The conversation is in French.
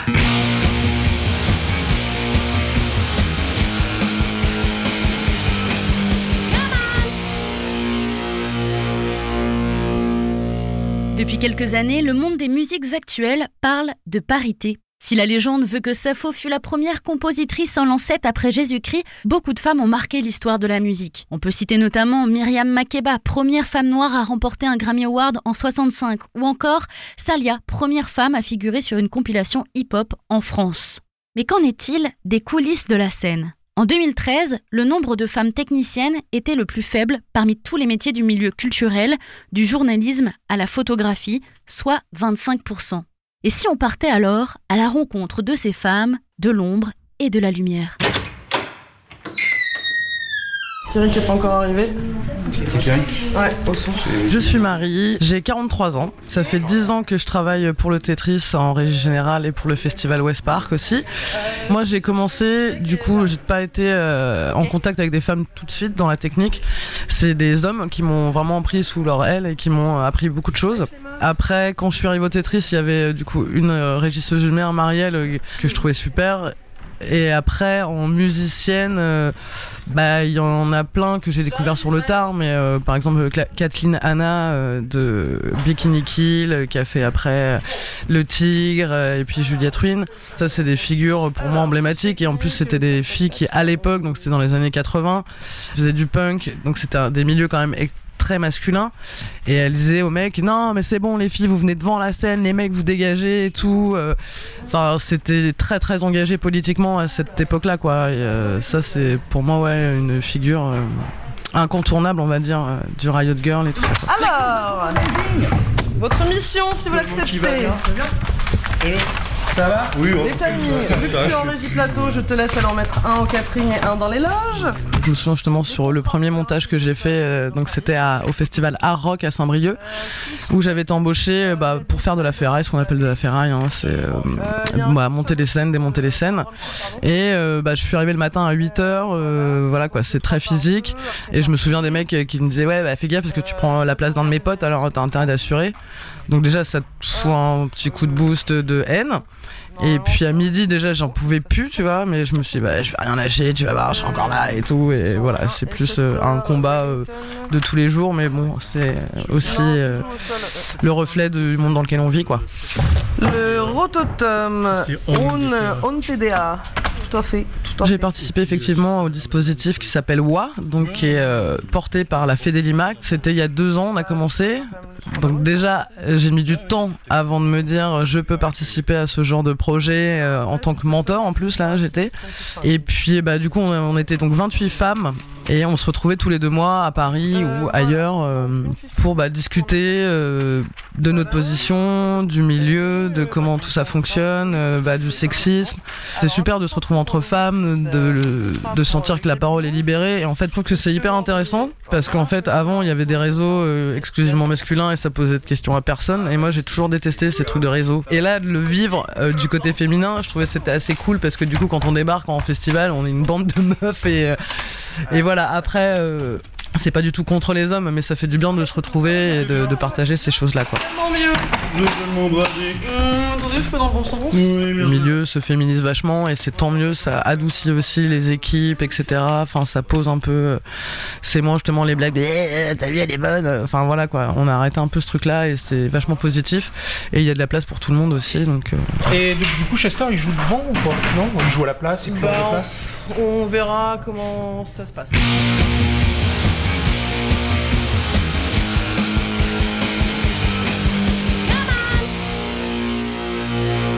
Depuis quelques années, le monde des musiques actuelles parle de parité. Si la légende veut que Sappho fut la première compositrice en l'an 7 après Jésus-Christ, beaucoup de femmes ont marqué l'histoire de la musique. On peut citer notamment Myriam Makeba, première femme noire à remporter un Grammy Award en 65, ou encore Salia, première femme à figurer sur une compilation hip-hop en France. Mais qu'en est-il des coulisses de la scène ? En 2013, le nombre de femmes techniciennes était le plus faible parmi tous les métiers du milieu culturel, du journalisme à la photographie, soit 25%. Et si on partait alors à la rencontre de ces femmes, de l'ombre et de la lumière ? Pierrick n'est pas encore arrivé. C'est Pierrick ? Ouais, au son. Je suis Marie, j'ai 43 ans. Ça fait 10 ans que je travaille pour le Tetris en régie générale et pour le festival West Park aussi. Moi j'ai commencé, du coup j'ai pas été en contact avec des femmes tout de suite dans la technique. C'est des hommes qui m'ont vraiment pris sous leur aile et qui m'ont appris beaucoup de choses. Après, quand je suis arrivée au Tetris, il y avait du coup une régisseuse lumière, Marielle, que je trouvais super. Et après, en musicienne, il y en a plein que j'ai découvert sur le tard, mais par exemple Kathleen Hanna de Bikini Kill, qui a fait après Le Tigre, et puis Juliette Ruin. Ça, c'est des figures pour moi emblématiques, et en plus c'était des filles qui, à l'époque, donc c'était dans les années 80, faisaient du punk, donc c'était des milieux quand même très masculin, et elle disait aux mecs non mais c'est bon les filles vous venez devant la scène, les mecs vous dégagez et tout. Enfin c'était très très engagé politiquement à cette époque là quoi, et ça c'est pour moi une figure incontournable on va dire du Riot Girl et tout ça quoi. Alors votre mission si vous l'acceptez. Hello. Ça va ? Oui, les timings, vu que tu es en régie plateau, je te laisse aller en mettre un en catering et un dans les loges. Je me souviens justement sur le premier montage que j'ai fait, donc c'était au festival Art Rock à Saint-Brieuc, où j'avais été embauché pour faire de la ferraille, ce qu'on appelle de la ferraille, hein, c'est monter des scènes, démonter les scènes. Et je suis arrivé le matin à 8h, voilà quoi, c'est très physique. Et je me souviens des mecs qui me disaient ouais fais gaffe parce que tu prends la place d'un de mes potes, alors t'as intérêt d'assurer. Donc déjà ça te fout un petit coup de boost de haine. Et puis à midi déjà j'en pouvais plus tu vois, mais je me suis dit je vais rien lâcher, tu vas voir je serai encore là et tout, et voilà c'est plus un combat de tous les jours, mais bon c'est aussi le reflet du monde dans lequel on vit quoi. Le rototom on PDA. Tout à fait. J'ai participé effectivement au dispositif qui s'appelle WA, donc qui est porté par la Fédélimac. C'était il y a 2 ans, on a commencé. Donc déjà, j'ai mis du temps avant de me dire je peux participer à ce genre de projet en tant que mentor en plus là j'étais. Et puis du coup on était donc 28 femmes. Et on se retrouvait tous les 2 mois à Paris ou ailleurs pour discuter de notre position, du milieu, de comment tout ça fonctionne, du sexisme. C'est super de se retrouver entre femmes, de sentir que la parole est libérée. Et en fait, je trouve que c'est hyper intéressant parce qu'en fait, avant, il y avait des réseaux exclusivement masculins et ça posait de questions à personne. Et moi, j'ai toujours détesté ces trucs de réseau. Et là, de le vivre du côté féminin, je trouvais que c'était assez cool parce que du coup, quand on débarque en festival, on est une bande de meufs et voilà. Après, c'est pas du tout contre les hommes, mais ça fait du bien de se retrouver et de partager ces choses-là, quoi. Tellement mieux. Attendez, je peux dans le bon sens. Le milieu se féminise vachement et c'est tant mieux, ça adoucit aussi les équipes, etc. Enfin, ça pose un peu. C'est moins justement les blagues. T'as vu, elle est bonne. Enfin voilà quoi. On a arrêté un peu ce truc-là et c'est vachement positif. Et il y a de la place pour tout le monde aussi, donc. Et du coup, Chester, il joue devant ou quoi ? Non, il joue à la place et puis à la place. On verra comment ça se passe.